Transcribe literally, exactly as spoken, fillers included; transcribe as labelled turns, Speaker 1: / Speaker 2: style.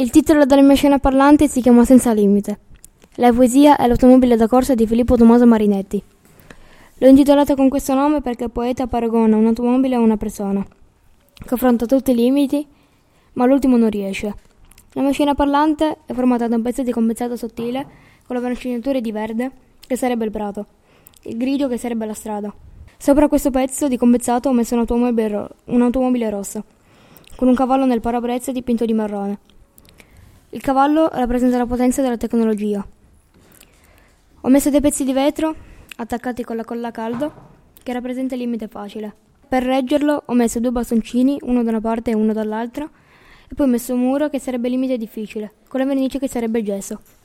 Speaker 1: Il titolo della mia scena parlante si chiama Senza limite. La poesia è l'automobile da corsa di Filippo Tommaso Marinetti. L'ho intitolata con questo nome perché il poeta paragona un'automobile a una persona, che affronta tutti i limiti, ma all'ultimo non riesce. La mia scena parlante è formata da un pezzo di compensato sottile con la venacinatura di verde, che sarebbe il prato, il grigio, che sarebbe la strada. Sopra questo pezzo di compensato ho messo un'automobile, ro- un'automobile rossa, con un cavallo nel parabrezza dipinto di marrone. Il cavallo rappresenta la potenza della tecnologia. Ho messo dei pezzi di vetro attaccati con la colla a caldo, che rappresenta il limite facile. Per reggerlo ho messo due bastoncini, uno da una parte e uno dall'altra, e poi ho messo un muro che sarebbe il limite difficile, con la vernice che sarebbe il gesso.